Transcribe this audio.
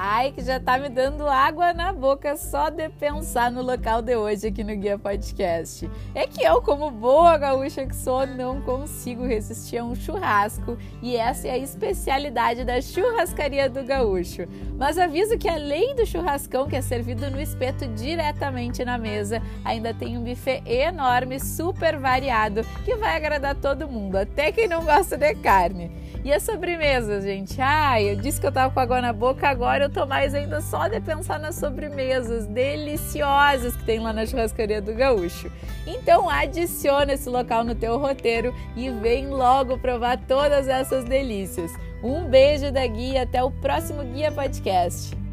Ai, que já tá me dando água na boca só de pensar no local de hoje aqui no Guia Podcast. É que eu, como boa gaúcha que sou, não consigo resistir a um churrasco e essa é a especialidade da Churrascaria do Gaúcho. Mas aviso que além do churrascão que é servido no espeto diretamente na mesa, ainda tem um buffet enorme, super variado, que vai agradar todo mundo, até quem não gosta de carne. E a sobremesa, gente? Ai, eu disse que eu tava com água na boca, agora eu tô mais ainda só de pensar nas sobremesas deliciosas que tem lá na Churrascaria do Gaúcho. Então adiciona esse local no teu roteiro e vem logo provar todas essas delícias. Um beijo da Guia, até o próximo Guia Podcast.